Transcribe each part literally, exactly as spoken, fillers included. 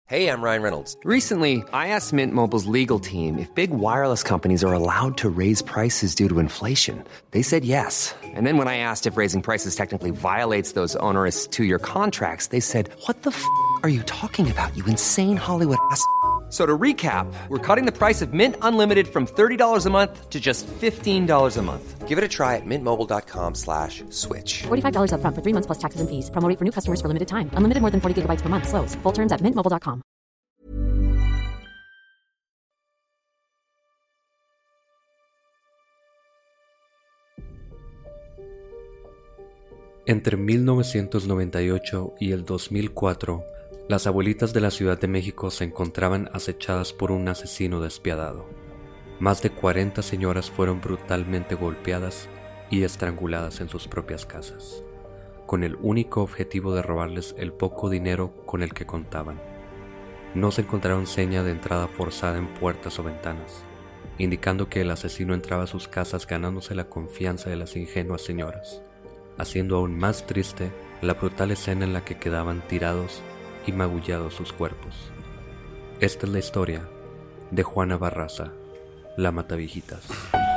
Hey, I'm Ryan Reynolds. Recently, I asked Mint Mobile's legal team if big wireless companies are allowed to raise prices due to inflation. They said yes. And then when I asked if raising prices technically violates those onerous two-year contracts, they said, what the f*** are you talking about, you insane Hollywood ass f- So to recap, we're cutting the price of Mint Unlimited from thirty dollars a month to just fifteen dollars a month. Give it a try at mintmobile.com slash switch. forty-five dollars up front for three months plus taxes and fees. Promo rate for new customers for limited time. Unlimited more than forty gigabytes per month. Slows full terms at mint mobile dot com. Entre mil novecientos noventa y ocho y el dos mil cuatro, las abuelitas de la Ciudad de México se encontraban acechadas por un asesino despiadado. Más de cuarenta señoras fueron brutalmente golpeadas y estranguladas en sus propias casas, con el único objetivo de robarles el poco dinero con el que contaban. No se encontraron seña de entrada forzada en puertas o ventanas, indicando que el asesino entraba a sus casas ganándose la confianza de las ingenuas señoras, haciendo aún más triste la brutal escena en la que quedaban tirados y magullados sus cuerpos. Esta es la historia de Juana Barraza, la Mataviejitas.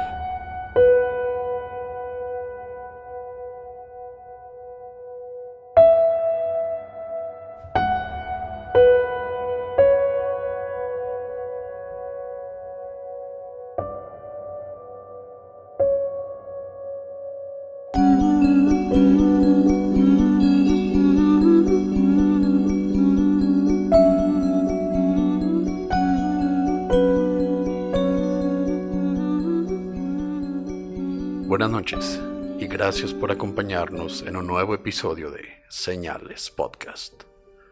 Buenas noches y gracias por acompañarnos en un nuevo episodio de Señales Podcast.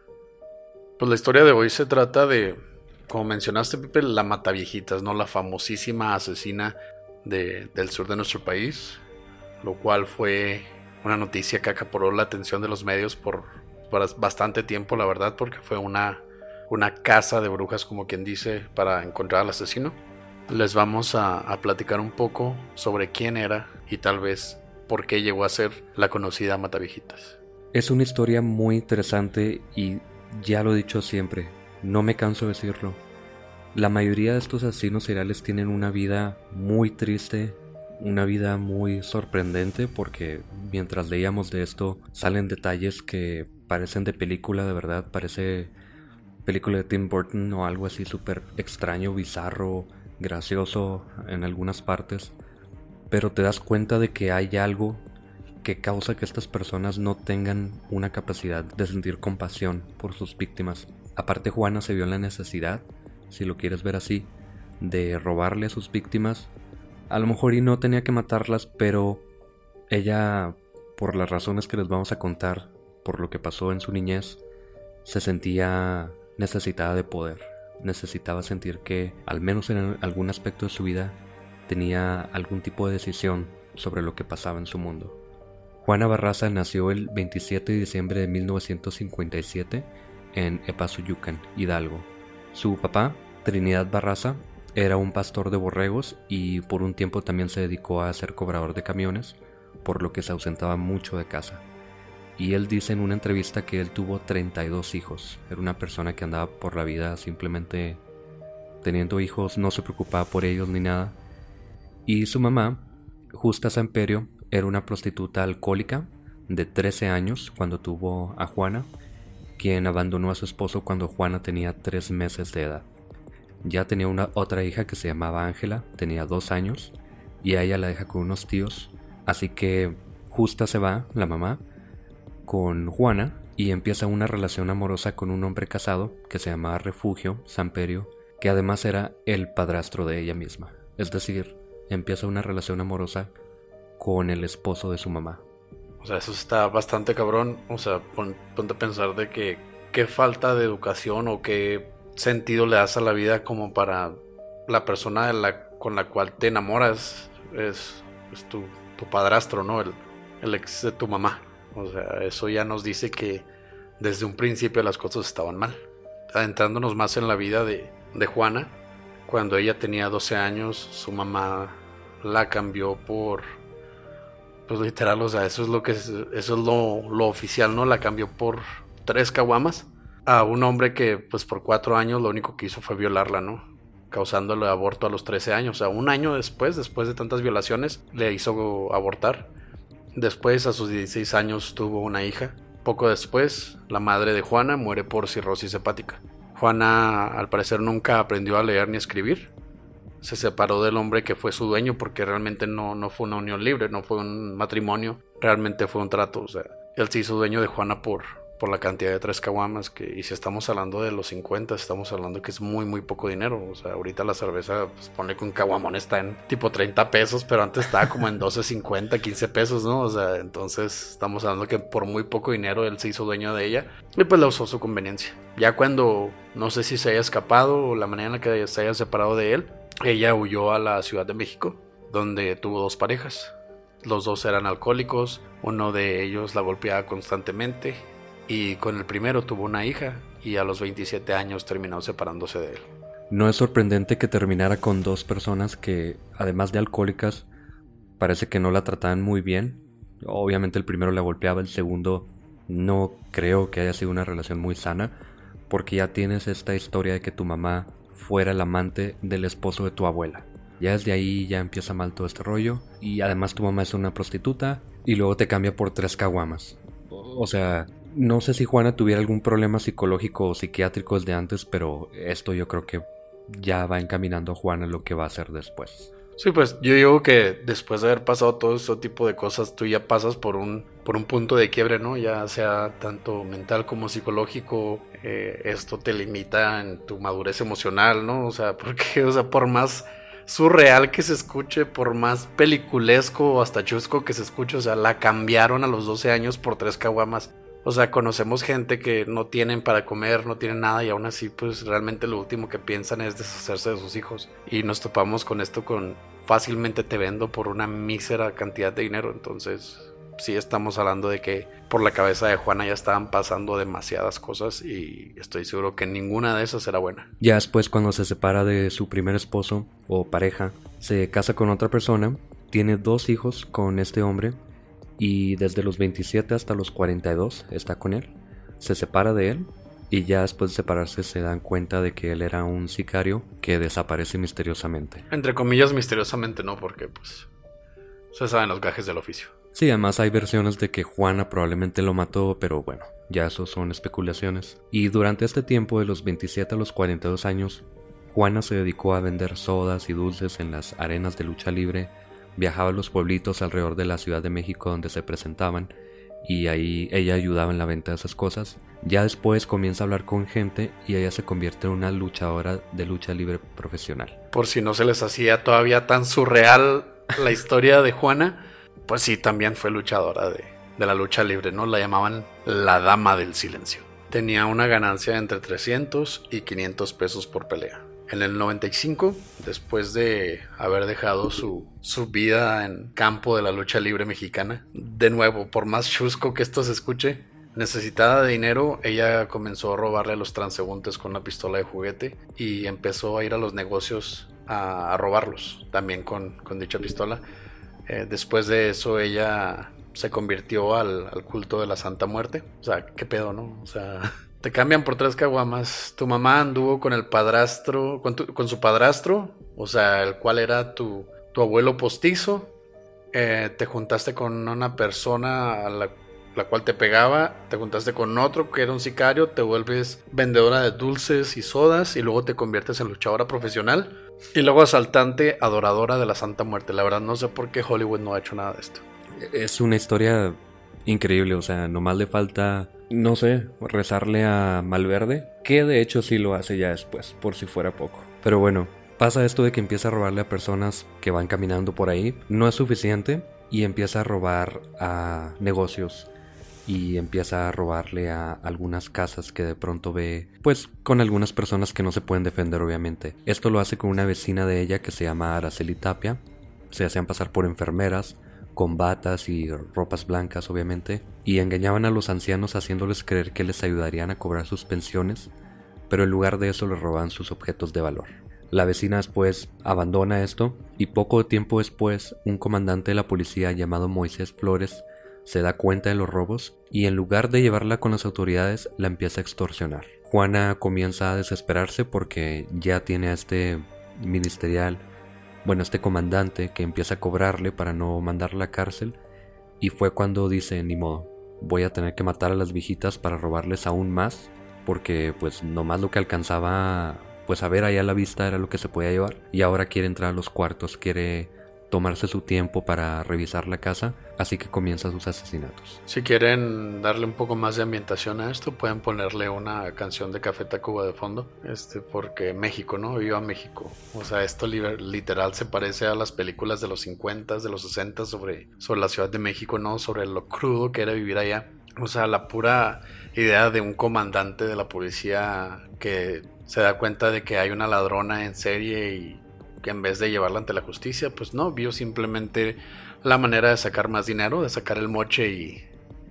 Pues la historia de hoy se trata de, como mencionaste, Pepe, la Mataviejitas, ¿no? La famosísima asesina de, del sur de nuestro país, lo cual fue una noticia que acaparó la atención de los medios por, por bastante tiempo, la verdad, porque fue una, una caza de brujas, como quien dice, para encontrar al asesino. Les vamos a, a platicar un poco sobre quién era y tal vez por qué llegó a ser la conocida Mataviejitas. Es una historia muy interesante y ya lo he dicho siempre, no me canso de decirlo. La mayoría de estos asesinos seriales tienen una vida muy triste, una vida muy sorprendente, porque mientras leíamos de esto salen detalles que parecen de película, de verdad, parece película de Tim Burton o algo así súper extraño, bizarro, gracioso en algunas partes, pero te das cuenta de que hay algo que causa que estas personas no tengan una capacidad de sentir compasión por sus víctimas. Aparte, Juana se vio en la necesidad, si lo quieres ver así, de robarle a sus víctimas. A lo mejor y no tenía que matarlas, pero ella, por las razones que les vamos a contar, por lo que pasó en su niñez, se sentía necesitada de poder. Necesitaba sentir que, al menos en algún aspecto de su vida, tenía algún tipo de decisión sobre lo que pasaba en su mundo. Juana Barraza nació el veintisiete de diciembre de mil novecientos cincuenta y siete en Epazuyucan, Hidalgo. Su papá, Trinidad Barraza, era un pastor de borregos y por un tiempo también se dedicó a ser cobrador de camiones, por lo que se ausentaba mucho de casa. Y él dice en una entrevista que él tuvo treinta y dos hijos. Era una persona que andaba por la vida simplemente teniendo hijos, no se preocupaba por ellos ni nada. Y su mamá, Justa Samperio, era una prostituta alcohólica de trece años cuando tuvo a Juana, quien abandonó a su esposo cuando Juana tenía tres meses de edad. Ya tenía una otra hija que se llamaba Ángela, tenía dos años, y a ella la deja con unos tíos. Así que Justa se va, la mamá, con Juana y empieza una relación amorosa con un hombre casado que se llamaba Refugio Samperio, que además era el padrastro de ella misma. Es decir, empieza una relación amorosa con el esposo de su mamá. O sea, eso está bastante cabrón. O sea, pon, ponte a pensar de que qué falta de educación o qué sentido le das a la vida como para la persona de la, con la cual te enamoras es, es tu, tu padrastro, ¿no? El, el ex de tu mamá. O sea, eso ya nos dice que desde un principio las cosas estaban mal. Adentrándonos más en la vida de, de Juana, cuando ella tenía doce años, su mamá la cambió por, pues literal, o sea, eso es lo que es, eso es lo, lo oficial, ¿no? La cambió por tres caguamas. a un hombre que pues por cuatro años lo único que hizo fue violarla, ¿no? Causándole aborto a los trece años. O sea, un año después, después de tantas violaciones, le hizo abortar. Después, a sus dieciséis años, tuvo una hija. Poco después, la madre de Juana muere por cirrosis hepática. Juana, al parecer, nunca aprendió a leer ni escribir. Se separó del hombre que fue su dueño porque realmente no, no fue una unión libre, no fue un matrimonio, realmente fue un trato. O sea, él se hizo dueño de Juana por, por la cantidad de tres caguamas, que, y si estamos hablando de los cincuenta, estamos hablando que es muy muy poco dinero. O sea, ahorita la cerveza, pues pone que un caguamón está en tipo treinta pesos, pero antes estaba como en doce cincuenta, quince pesos, ¿no? O sea, entonces estamos hablando que por muy poco dinero él se hizo dueño de ella y pues la usó a su conveniencia. Ya cuando, no sé si se haya escapado o la manera en la que se haya separado de él, ella huyó a la Ciudad de México, donde tuvo dos parejas. Los dos eran alcohólicos, uno de ellos la golpeaba constantemente y con el primero tuvo una hija y a los veintisiete años terminó separándose de él. No es sorprendente que terminara con dos personas que, además de alcohólicas, parece que no la trataban muy bien. Obviamente el primero la golpeaba, el segundo no creo que haya sido una relación muy sana, porque ya tienes esta historia de que tu mamá fuera el amante del esposo de tu abuela. Ya desde ahí ya empieza mal todo este rollo. Y además tu mamá es una prostituta y luego te cambia por tres caguamas. O sea, no sé si Juana tuviera algún problema psicológico o psiquiátrico desde antes, pero esto yo creo que ya va encaminando a Juana lo que va a hacer después. Sí, pues yo digo que después de haber pasado todo ese tipo de cosas, tú ya pasas por un, por un punto de quiebre, ¿no? Ya sea tanto mental como psicológico. Eh, esto te limita en tu madurez emocional, ¿no? O sea, porque, o sea, por más surreal que se escuche, por más peliculesco o hasta chusco que se escuche, o sea, la cambiaron a los doce años por tres caguamas. O sea, conocemos gente que no tienen para comer, no tienen nada y aún así pues realmente lo último que piensan es deshacerse de sus hijos. Y nos topamos con esto con fácilmente te vendo por una mísera cantidad de dinero. Entonces sí estamos hablando de que por la cabeza de Juana ya estaban pasando demasiadas cosas y estoy seguro que ninguna de esas era buena. Ya después, cuando se separa de su primer esposo o pareja, se casa con otra persona, tiene dos hijos con este hombre. Y desde los veintisiete hasta los cuarenta y dos está con él. Se separa de él y ya después de separarse se dan cuenta de que él era un sicario que desaparece misteriosamente. Entre comillas misteriosamente, no, porque pues se saben los gajes del oficio. Sí, además hay versiones de que Juana probablemente lo mató, pero bueno, ya eso son especulaciones. Y durante este tiempo de los veintisiete a los cuarenta y dos años, Juana se dedicó a vender sodas y dulces en las arenas de lucha libre. Viajaba a los pueblitos alrededor de la Ciudad de México donde se presentaban y ahí ella ayudaba en la venta de esas cosas. Ya después comienza a hablar con gente y ella se convierte en una luchadora de lucha libre profesional. Por si no se les hacía todavía tan surreal la historia de Juana, pues sí, también fue luchadora de, de la lucha libre, ¿no? La llamaban la Dama del Silencio. Tenía una ganancia de entre trescientos y quinientos pesos por pelea. En el noventa y cinco, después de haber dejado su, su vida en campo de la lucha libre mexicana, de nuevo, por más chusco que esto se escuche, necesitada de dinero, ella comenzó a robarle a los transeúntes con una pistola de juguete y empezó a ir a los negocios a, a robarlos, también con, con dicha pistola. Eh, después de eso, ella se convirtió al, al culto de la Santa Muerte. O sea, qué pedo, ¿no? O sea... Te cambian por tres caguamas. Tu mamá anduvo con el padrastro, con, tu, con su padrastro, o sea, el cual era tu, tu abuelo postizo. Eh, te juntaste con una persona a la, la cual te pegaba. Te juntaste con otro que era un sicario. Te vuelves vendedora de dulces y sodas. Y luego te conviertes en luchadora profesional. Y luego asaltante, adoradora de la Santa Muerte. La verdad no sé por qué Hollywood no ha hecho nada de esto. Es una historia increíble, o sea, nomás le falta... No sé, rezarle a Malverde, que de hecho sí lo hace ya después, por si fuera poco. Pero bueno, pasa esto de que empieza a robarle a personas que van caminando por ahí. No es suficiente y empieza a robar a negocios y empieza a robarle a algunas casas que de pronto ve, pues con algunas personas que no se pueden defender obviamente. Esto lo hace con una vecina de ella que se llama Araceli Tapia. Se hacían pasar por enfermeras, con batas y ropas blancas obviamente, y engañaban a los ancianos haciéndoles creer que les ayudarían a cobrar sus pensiones, pero en lugar de eso les robaban sus objetos de valor. La vecina después abandona esto y poco tiempo después un comandante de la policía llamado Moisés Flores se da cuenta de los robos y en lugar de llevarla con las autoridades la empieza a extorsionar. Juana comienza a desesperarse porque ya tiene a este ministerial, bueno, este comandante que empieza a cobrarle para no mandarla a la cárcel, y fue cuando dice, ni modo, voy a tener que matar a las viejitas para robarles aún más, porque pues nomás lo que alcanzaba pues a ver ahí a la vista era lo que se podía llevar, y ahora quiere entrar a los cuartos, quiere tomarse su tiempo para revisar la casa, así que comienza sus asesinatos. Si quieren darle un poco más de ambientación a esto, pueden ponerle una canción de Café Tacuba de fondo, este, porque México, ¿no? Viva México. O sea, esto literal se parece a las películas de los cincuenta, de los sesenta sobre, sobre la Ciudad de México, ¿no? Sobre lo crudo que era vivir allá. O sea, la pura idea de un comandante de la policía que se da cuenta de que hay una ladrona en serie y que en vez de llevarla ante la justicia, pues no, vio simplemente la manera de sacar más dinero, de sacar el moche, y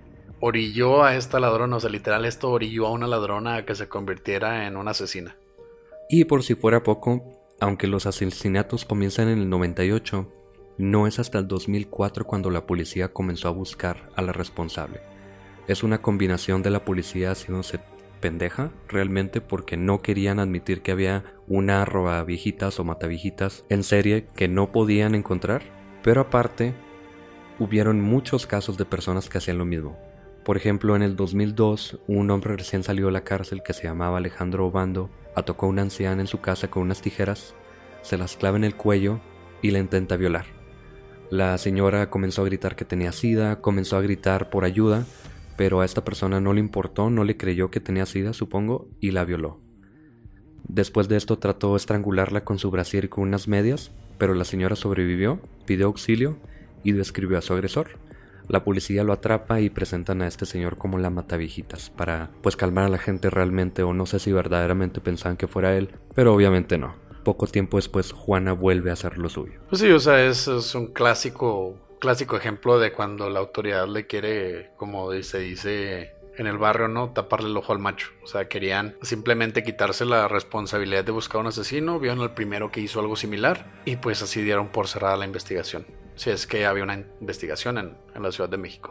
orilló a esta ladrona. O sea, literal, esto orilló a una ladrona a que se convirtiera en una asesina. Y por si fuera poco, aunque los asesinatos comienzan en el noventa y ocho, no es hasta el dos mil cuatro cuando la policía comenzó a buscar a la responsable. Es una combinación de la policía haciéndose pendeja realmente, porque no querían admitir que había una robaviejitas o mataviejitas en serie que no podían encontrar, pero aparte hubieron muchos casos de personas que hacían lo mismo. Por ejemplo, en el dos mil dos, un hombre recién salió de la cárcel que se llamaba Alejandro Obando atacó a una anciana en su casa con unas tijeras, se las clava en el cuello y la intenta violar. La señora comenzó a gritar que tenía sida, comenzó a gritar por ayuda, pero a esta persona no le importó, no le creyó que tenía sida, supongo, y la violó. Después de esto trató de estrangularla con su brasier y con unas medias, pero la señora sobrevivió, pidió auxilio y describió a su agresor. La policía lo atrapa y presentan a este señor como la mataviejitas para pues calmar a la gente realmente, o no sé si verdaderamente pensaban que fuera él, pero obviamente no. Poco tiempo después Juana vuelve a hacer lo suyo. Pues sí, o sea, es, es un clásico... Clásico ejemplo de cuando la autoridad le quiere, como se dice en el barrio, ¿no? Taparle el ojo al macho. O sea, querían simplemente quitarse la responsabilidad de buscar un asesino, vieron al primero que hizo algo similar y pues así dieron por cerrada la investigación. Si es que había una investigación en, en la Ciudad de México.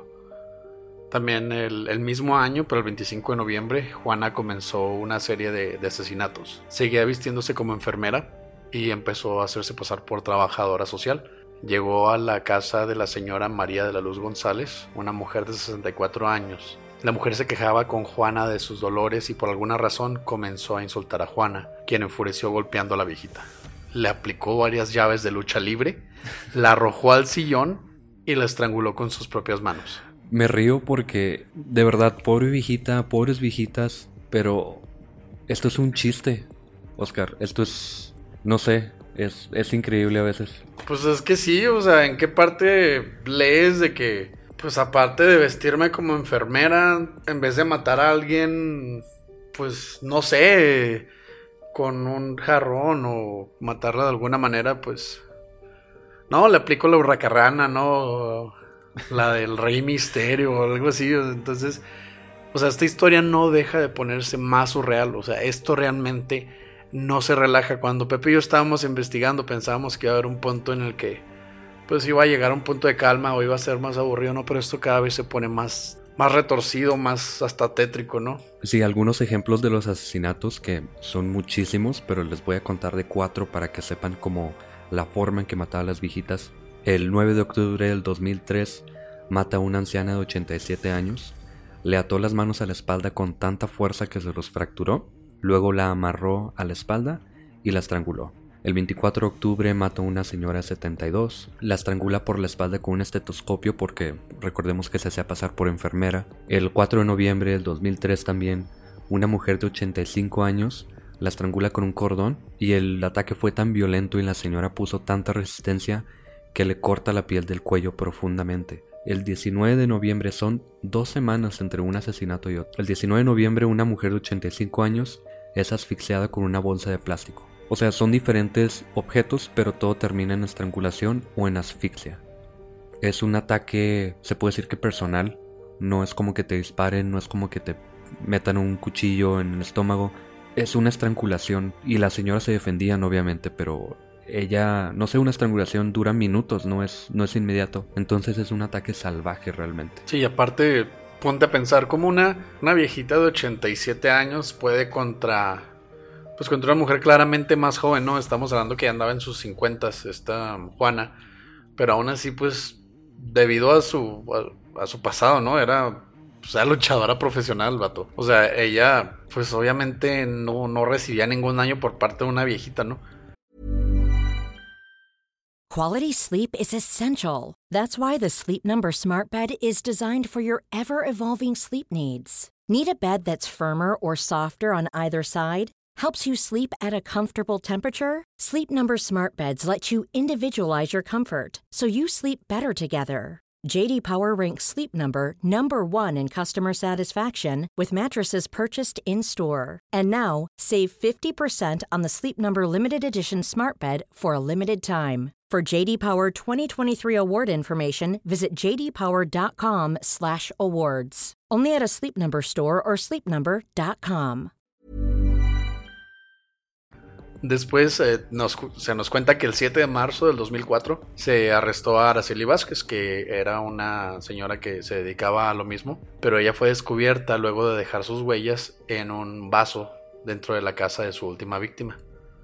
También el, el mismo año, pero el veinticinco de noviembre, Juana comenzó una serie de, de asesinatos. Seguía vistiéndose como enfermera y empezó a hacerse pasar por trabajadora social. Llegó a la casa de la señora María de la Luz González, una mujer de sesenta y cuatro años. La mujer se quejaba con Juana de sus dolores y por alguna razón comenzó a insultar a Juana, quien enfureció golpeando a la viejita. Le aplicó varias llaves de lucha libre, la arrojó al sillón y la estranguló con sus propias manos. Me río porque, de verdad, pobre viejita, pobres viejitas, pero esto es un chiste, Oscar. Esto es, no sé, es, es increíble a veces. Pues es que sí, o sea, ¿en qué parte lees de que, pues aparte de vestirme como enfermera, en vez de matar a alguien, pues no sé, con un jarrón o matarla de alguna manera, pues... No, le aplico la hurracarrana, ¿no? La del Rey Misterio o algo así, entonces... O sea, esta historia no deja de ponerse más surreal, o sea, esto realmente... no se relaja. Cuando Pepe y yo estábamos investigando pensábamos que iba a haber un punto en el que pues iba a llegar a un punto de calma o iba a ser más aburrido, ¿no? Pero esto cada vez se pone más, más retorcido, más hasta tétrico, ¿no? Sí, algunos ejemplos de los asesinatos, que son muchísimos, pero les voy a contar de cuatro para que sepan como la forma en que mataba a las viejitas. El nueve de octubre del dos mil tres mata a una anciana de ochenta y siete años, le ató las manos a la espalda con tanta fuerza que se los fracturó. Luego la amarró a la espalda y la estranguló. El veinticuatro de octubre mata a una señora de setenta y dos. La estrangula por la espalda con un estetoscopio porque recordemos que se hacía pasar por enfermera. El cuatro de noviembre del dos mil tres también, una mujer de ochenta y cinco años la estrangula con un cordón y el ataque fue tan violento y la señora puso tanta resistencia que le corta la piel del cuello profundamente. El diecinueve de noviembre, son dos semanas entre un asesinato y otro. El diecinueve de noviembre una mujer de ochenta y cinco años es asfixiada con una bolsa de plástico. O sea, son diferentes objetos, pero todo termina en estrangulación o en asfixia. Es un ataque, se puede decir que personal. No es como que te disparen, no es como que te metan un cuchillo en el estómago. Es una estrangulación y las señoras se defendían obviamente, pero... ella, no sé, una estrangulación dura minutos, no es, no es inmediato. Entonces es un ataque salvaje realmente. Sí, y aparte, ponte a pensar cómo una, una viejita de ochenta y siete años puede contra, pues contra una mujer claramente más joven, ¿no? Estamos hablando que ya andaba en sus cincuentas, esta Juana, pero aún así, pues, debido a su, a, a su pasado, ¿no? Era, pues, era luchadora profesional, vato. O sea, ella, pues, obviamente no, no recibía ningún daño por parte de una viejita, ¿no? Quality sleep is essential. That's why the Sleep Number Smart Bed is designed for your ever-evolving sleep needs. Need a bed that's firmer or softer on either side? Helps you sleep at a comfortable temperature? Sleep Number Smart Beds let you individualize your comfort, so you sleep better together. J D Power ranks Sleep Number number one in customer satisfaction with mattresses purchased in-store. And now, save fifty percent on the Sleep Number Limited Edition Smart Bed for a limited time. For J D Power twenty twenty-three award information, visit j d power dot com slash awards. Only at a Sleep Number store or sleep number dot com. Después eh, nos, se nos cuenta que el siete de marzo del dos mil cuatro se arrestó a Araceli Vázquez, que era una señora que se dedicaba a lo mismo, pero ella fue descubierta luego de dejar sus huellas en un vaso dentro de la casa de su última víctima.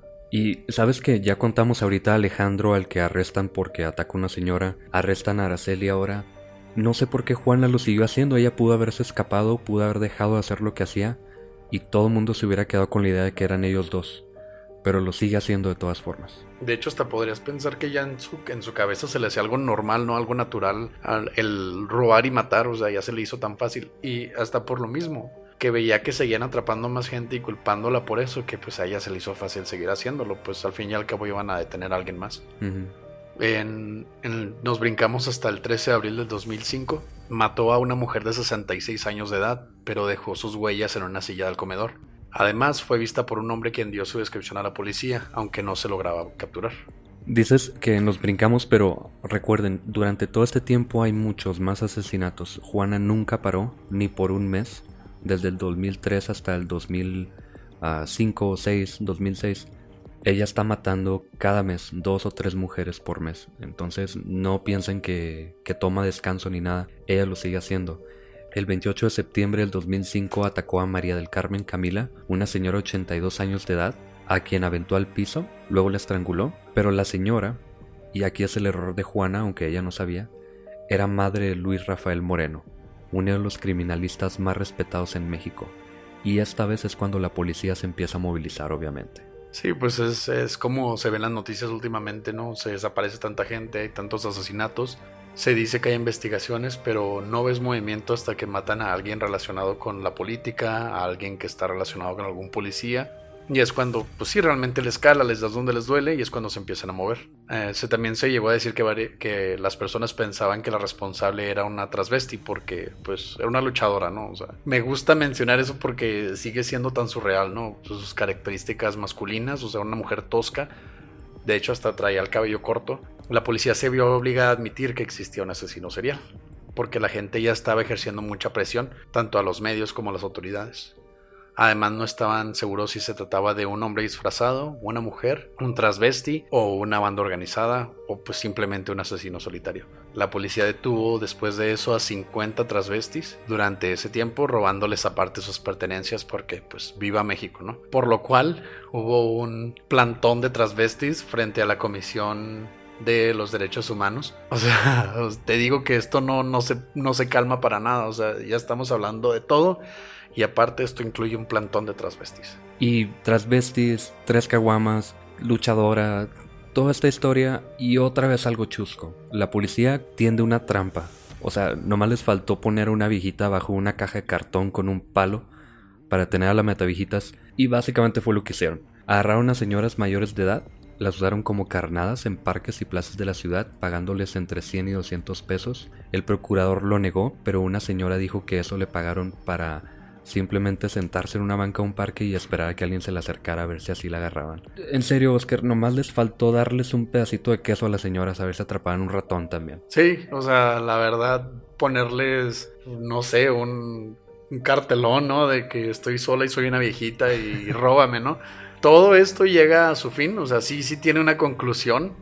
Y sabes que ya contamos ahorita a Alejandro, al que arrestan porque atacó a una señora, arrestan a Araceli ahora. No sé por qué Juana lo siguió haciendo, ella pudo haberse escapado, pudo haber dejado de hacer lo que hacía y todo el mundo se hubiera quedado con la idea de que eran ellos dos. Pero lo sigue haciendo de todas formas. De hecho, hasta podrías pensar que ya en su, en su cabeza se le hacía algo normal, ¿no? Algo natural, el robar y matar, o sea, ya se le hizo tan fácil. Y hasta por lo mismo, que veía que seguían atrapando más gente y culpándola por eso, que pues a ella se le hizo fácil seguir haciéndolo, pues al fin y al cabo iban a detener a alguien más. Uh-huh. En, en, nos brincamos hasta el trece de abril del dos mil cinco. Mató a una mujer de sesenta y seis años de edad, pero dejó sus huellas en una silla del comedor. Además, fue vista por un hombre quien dio su descripción a la policía, aunque no se lograba capturar. Dices que nos brincamos, pero recuerden, durante todo este tiempo hay muchos más asesinatos. Juana nunca paró, ni por un mes, desde el dos mil tres hasta el dos mil cinco o seis, dos mil seis. Ella está matando cada mes dos o tres mujeres por mes. Entonces no piensen que, que toma descanso ni nada, ella lo sigue haciendo. El veintiocho de septiembre del dos mil cinco atacó a María del Carmen Camila, una señora de ochenta y dos años de edad, a quien aventó al piso, luego la estranguló, pero la señora, y aquí es el error de Juana, aunque ella no sabía, era madre de Luis Rafael Moreno, uno de los criminalistas más respetados en México, y esta vez es cuando la policía se empieza a movilizar, obviamente. Sí, pues es, es como se ven las noticias últimamente, ¿no? Se desaparece tanta gente, hay tantos asesinatos. Se dice que hay investigaciones, pero no ves movimiento hasta que matan a alguien relacionado con la política, a alguien que está relacionado con algún policía. Y es cuando, pues sí, realmente les cala, les das donde les duele y es cuando se empiezan a mover. Eh, se, también se llegó a decir que, vari- que las personas pensaban que la responsable era una transvesti porque, pues, era una luchadora, ¿no? O sea, me gusta mencionar eso porque sigue siendo tan surreal, ¿no? Sus características masculinas, o sea, una mujer tosca. De hecho, hasta traía el cabello corto. La policía se vio obligada a admitir que existía un asesino serial, porque la gente ya estaba ejerciendo mucha presión, tanto a los medios como a las autoridades. Además, no estaban seguros si se trataba de un hombre disfrazado, una mujer, un transvesti o una banda organizada o pues simplemente un asesino solitario. La policía detuvo después de eso a cincuenta transvestis durante ese tiempo, robándoles aparte sus pertenencias porque pues viva México, ¿no? Por lo cual hubo un plantón de transvestis frente a la Comisión de los Derechos Humanos. O sea, te digo que esto no, no, se, no se calma para nada. O sea, ya estamos hablando de todo. Y aparte esto incluye un plantón de transvestis. Y transvestis, tres caguamas, luchadora, toda esta historia y otra vez algo chusco. La policía tiende una trampa. O sea, nomás les faltó poner a una viejita bajo una caja de cartón con un palo para tener a las metaviejitas. Y básicamente fue lo que hicieron. Agarraron a señoras mayores de edad, las usaron como carnadas en parques y plazas de la ciudad, pagándoles entre cien y doscientos pesos. El procurador lo negó, pero una señora dijo que eso le pagaron para simplemente sentarse en una banca de un parque y esperar a que alguien se le acercara a ver si así la agarraban. En serio, Oscar, nomás les faltó darles un pedacito de queso a las señoras a ver si atrapaban un ratón también. Sí, o sea, la verdad, ponerles, no sé, un, un cartelón, ¿no? De que estoy sola y soy una viejita y róbame, ¿no? Todo esto llega a su fin, o sea, sí, sí tiene una conclusión.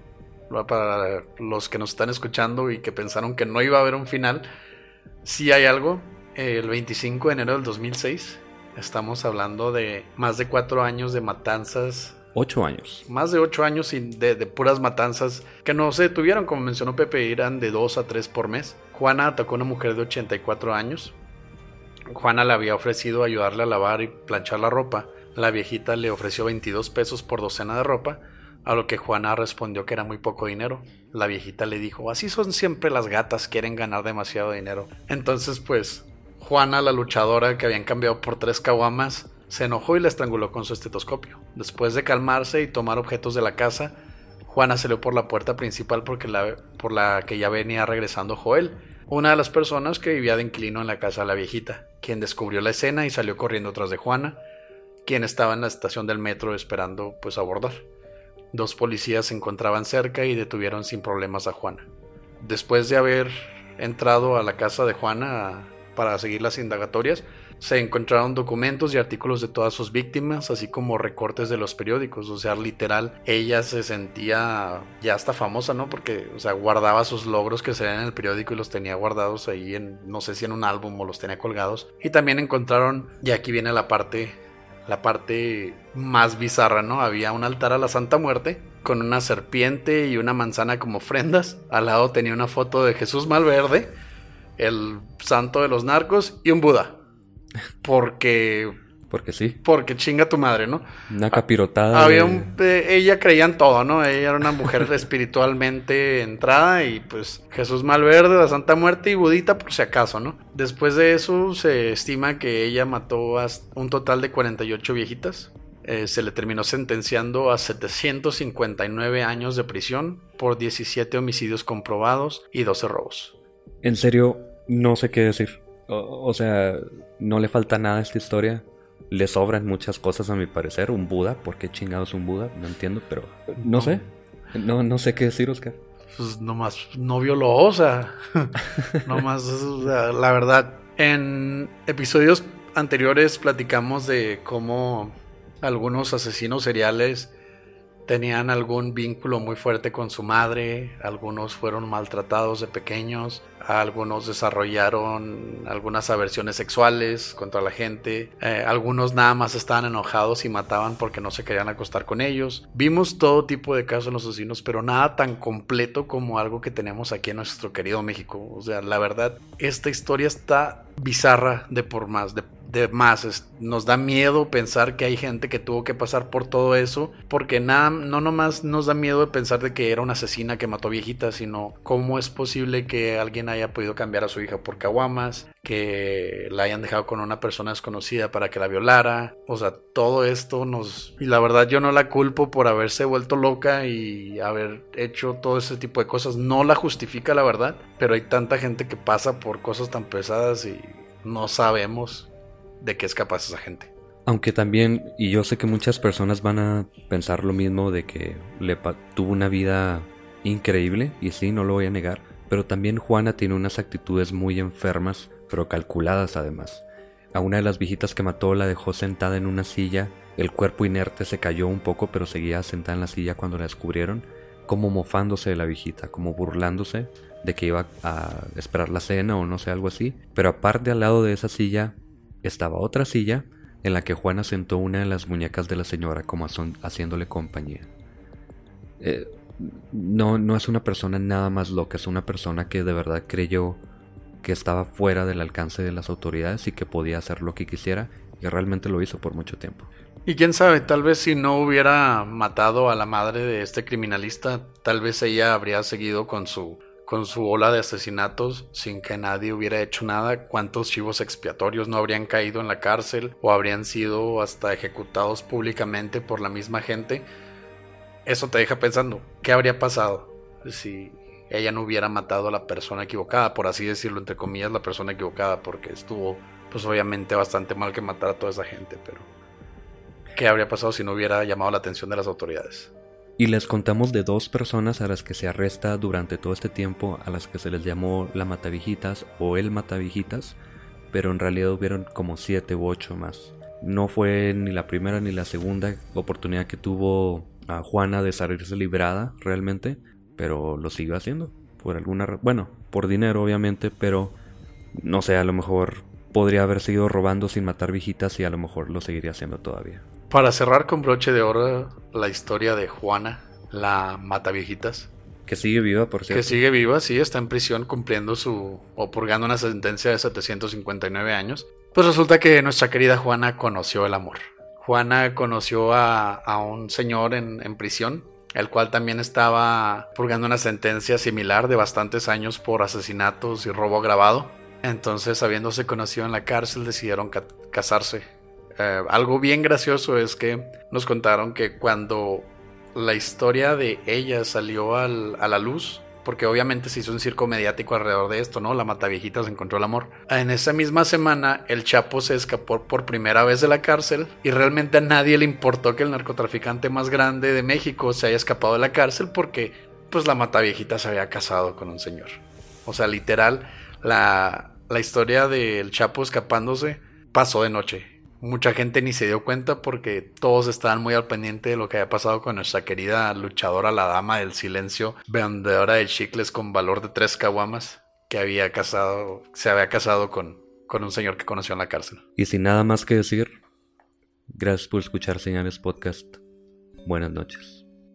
Para los que nos están escuchando y que pensaron que no iba a haber un final, sí hay algo. el veinticinco de enero del dos mil seis. Estamos hablando de más de cuatro años de matanzas. Ocho años. Más de ocho años de, de puras matanzas que no se detuvieron, como mencionó Pepe, eran de dos a tres por mes. Juana atacó a una mujer de ochenta y cuatro años. Juana le había ofrecido ayudarle a lavar y planchar la ropa. La viejita le ofreció veintidós pesos por docena de ropa, a lo que Juana respondió que era muy poco dinero. La viejita le dijo, así son siempre las gatas, quieren ganar demasiado dinero. Entonces pues Juana, la luchadora que habían cambiado por tres caguamas, se enojó y la estranguló con su estetoscopio. Después de calmarse y tomar objetos de la casa, Juana salió por la puerta principal porque la, por la que ya venía regresando Joel, una de las personas que vivía de inquilino en la casa de la viejita, quien descubrió la escena y salió corriendo tras de Juana, quien estaba en la estación del metro esperando pues abordar. Dos policías se encontraban cerca y detuvieron sin problemas a Juana. Después de haber entrado a la casa de Juana para seguir las indagatorias, se encontraron documentos y artículos de todas sus víctimas, así como recortes de los periódicos. O sea, literal, ella se sentía ya hasta famosa, ¿no? Porque, o sea, guardaba sus logros que se veían en el periódico y los tenía guardados ahí en, no sé si en un álbum o los tenía colgados. Y también encontraron, y aquí viene la parte, la parte más bizarra, ¿no? Había un altar a la Santa Muerte con una serpiente y una manzana como ofrendas. Al lado tenía una foto de Jesús Malverde, el santo de los narcos, y un Buda. Porque... Porque sí. Porque chinga tu madre, ¿no? Una capirotada. Había de... un... Eh, ella creía en todo, ¿no? Ella era una mujer espiritualmente entrada y pues Jesús Malverde, la Santa Muerte y Budita por si acaso, ¿no? Después de eso se estima que ella mató a un total de cuarenta y ocho viejitas. Eh, se le terminó sentenciando a setecientos cincuenta y nueve años de prisión por diecisiete homicidios comprobados y doce robos. En serio, no sé qué decir. O, o sea, no le falta nada a esta historia. Le sobran muchas cosas a mi parecer. Un Buda, ¿por qué chingados un Buda? No entiendo, pero no, no. sé. No, no sé qué decir, Oscar. Pues nomás no violó, o sea, nomás, o sea, la verdad. En episodios anteriores platicamos de cómo algunos asesinos seriales tenían algún vínculo muy fuerte con su madre, algunos fueron maltratados de pequeños, algunos desarrollaron algunas aversiones sexuales contra la gente, eh, algunos nada más estaban enojados y mataban porque no se querían acostar con ellos. Vimos todo tipo de casos en los asesinos, pero nada tan completo como algo que tenemos aquí en nuestro querido México. O sea, la verdad, esta historia está bizarra de por más, de de más, es, nos da miedo pensar que hay gente que tuvo que pasar por todo eso, porque nada, no nomás nos da miedo de pensar de que era una asesina que mató viejitas, sino cómo es posible que alguien haya podido cambiar a su hija por caguamas, que la hayan dejado con una persona desconocida para que la violara. O sea, todo esto nos... Y la verdad yo no la culpo por haberse vuelto loca y haber hecho todo ese tipo de cosas, no la justifica la verdad, pero hay tanta gente que pasa por cosas tan pesadas y no sabemos de qué es capaz esa gente. Aunque también, y yo sé que muchas personas van a pensar lo mismo, de que le tuvo una vida increíble, y sí, no lo voy a negar, pero también Juana tiene unas actitudes muy enfermas, pero calculadas además. A una de las viejitas que mató la dejó sentada en una silla, el cuerpo inerte se cayó un poco, pero seguía sentada en la silla cuando la descubrieron, como mofándose de la viejita, como burlándose de que iba a esperar la cena o no sé, algo así. Pero aparte, al lado de esa silla estaba otra silla en la que Juana sentó una de las muñecas de la señora, como son, haciéndole compañía. Eh, no, no es una persona nada más loca, es una persona que de verdad creyó que estaba fuera del alcance de las autoridades y que podía hacer lo que quisiera, y realmente lo hizo por mucho tiempo. Y quién sabe, tal vez si no hubiera matado a la madre de este criminalista, tal vez ella habría seguido con su... con su ola de asesinatos sin que nadie hubiera hecho nada. ¿Cuántos chivos expiatorios no habrían caído en la cárcel o habrían sido hasta ejecutados públicamente por la misma gente? Eso te deja pensando, ¿qué habría pasado si ella no hubiera matado a la persona equivocada? Por así decirlo, entre comillas, la persona equivocada, porque estuvo pues obviamente bastante mal que matar a toda esa gente, pero ¿qué habría pasado si no hubiera llamado la atención de las autoridades? Y les contamos de dos personas a las que se arresta durante todo este tiempo, a las que se les llamó la Mataviejitas o el Mataviejitas, pero en realidad hubieron como siete u ocho más. No fue ni la primera ni la segunda oportunidad que tuvo a Juana de salirse librada realmente, pero lo siguió haciendo por alguna, bueno, por dinero obviamente, pero no sé, a lo mejor podría haber seguido robando sin matar viejitas y a lo mejor lo seguiría haciendo todavía. Para cerrar con broche de oro la historia de Juana, la mataviejitas. Que sigue viva, por cierto. Que sigue viva, sí, está en prisión cumpliendo su... o purgando una sentencia de setecientos cincuenta y nueve años. Pues resulta que nuestra querida Juana conoció el amor. Juana conoció a, a un señor en, en prisión, el cual también estaba purgando una sentencia similar de bastantes años por asesinatos y robo agravado. Entonces, habiéndose conocido en la cárcel, decidieron ca- casarse. Eh, algo bien gracioso es que nos contaron que cuando la historia de ella salió al, a la luz, porque obviamente se hizo un circo mediático alrededor de esto, ¿no? La mataviejitas encontró el amor. En esa misma semana, el Chapo se escapó por primera vez de la cárcel y realmente a nadie le importó que el narcotraficante más grande de México se haya escapado de la cárcel porque, pues, la mataviejita se había casado con un señor. O sea, literal, la, la historia del Chapo escapándose pasó de noche. Mucha gente ni se dio cuenta porque todos estaban muy al pendiente de lo que había pasado con nuestra querida luchadora, la dama del silencio, vendedora de chicles con valor de tres caguamas, que había casado, se había casado con, con un señor que conoció en la cárcel. Y sin nada más que decir, gracias por escuchar Señales Podcast. Buenas noches.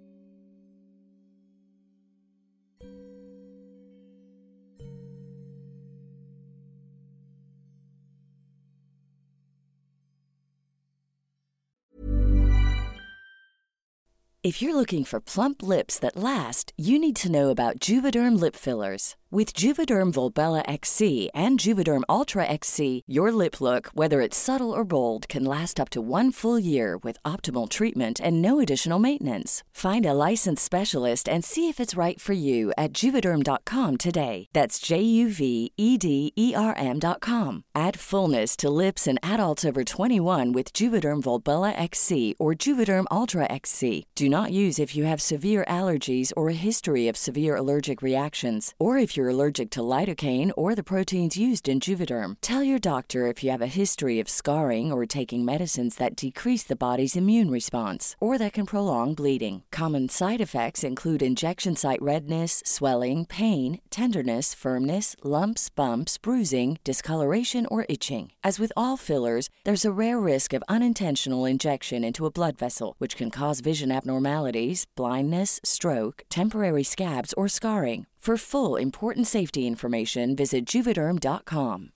If you're looking for plump lips that last, you need to know about Juvederm lip fillers. With Juvederm Volbella X C and Juvederm Ultra X C, your lip look, whether it's subtle or bold, can last up to one full year with optimal treatment and no additional maintenance. Find a licensed specialist and see if it's right for you at Juvederm dot com today. That's J U V E D E R M dot com. Add fullness to lips in adults over twenty-one with Juvederm Volbella X C or Juvederm Ultra X C. Do not use if you have severe allergies or a history of severe allergic reactions, or if you're allergic to lidocaine or the proteins used in Juvederm. Tell your doctor if you have a history of scarring or taking medicines that decrease the body's immune response or that can prolong bleeding. Common side effects include injection site redness, swelling, pain, tenderness, firmness, lumps, bumps, bruising, discoloration, or itching. As with all fillers, there's a rare risk of unintentional injection into a blood vessel, which can cause vision abnormalities, blindness, stroke, temporary scabs, or scarring. For full important safety information, visit Juvederm dot com.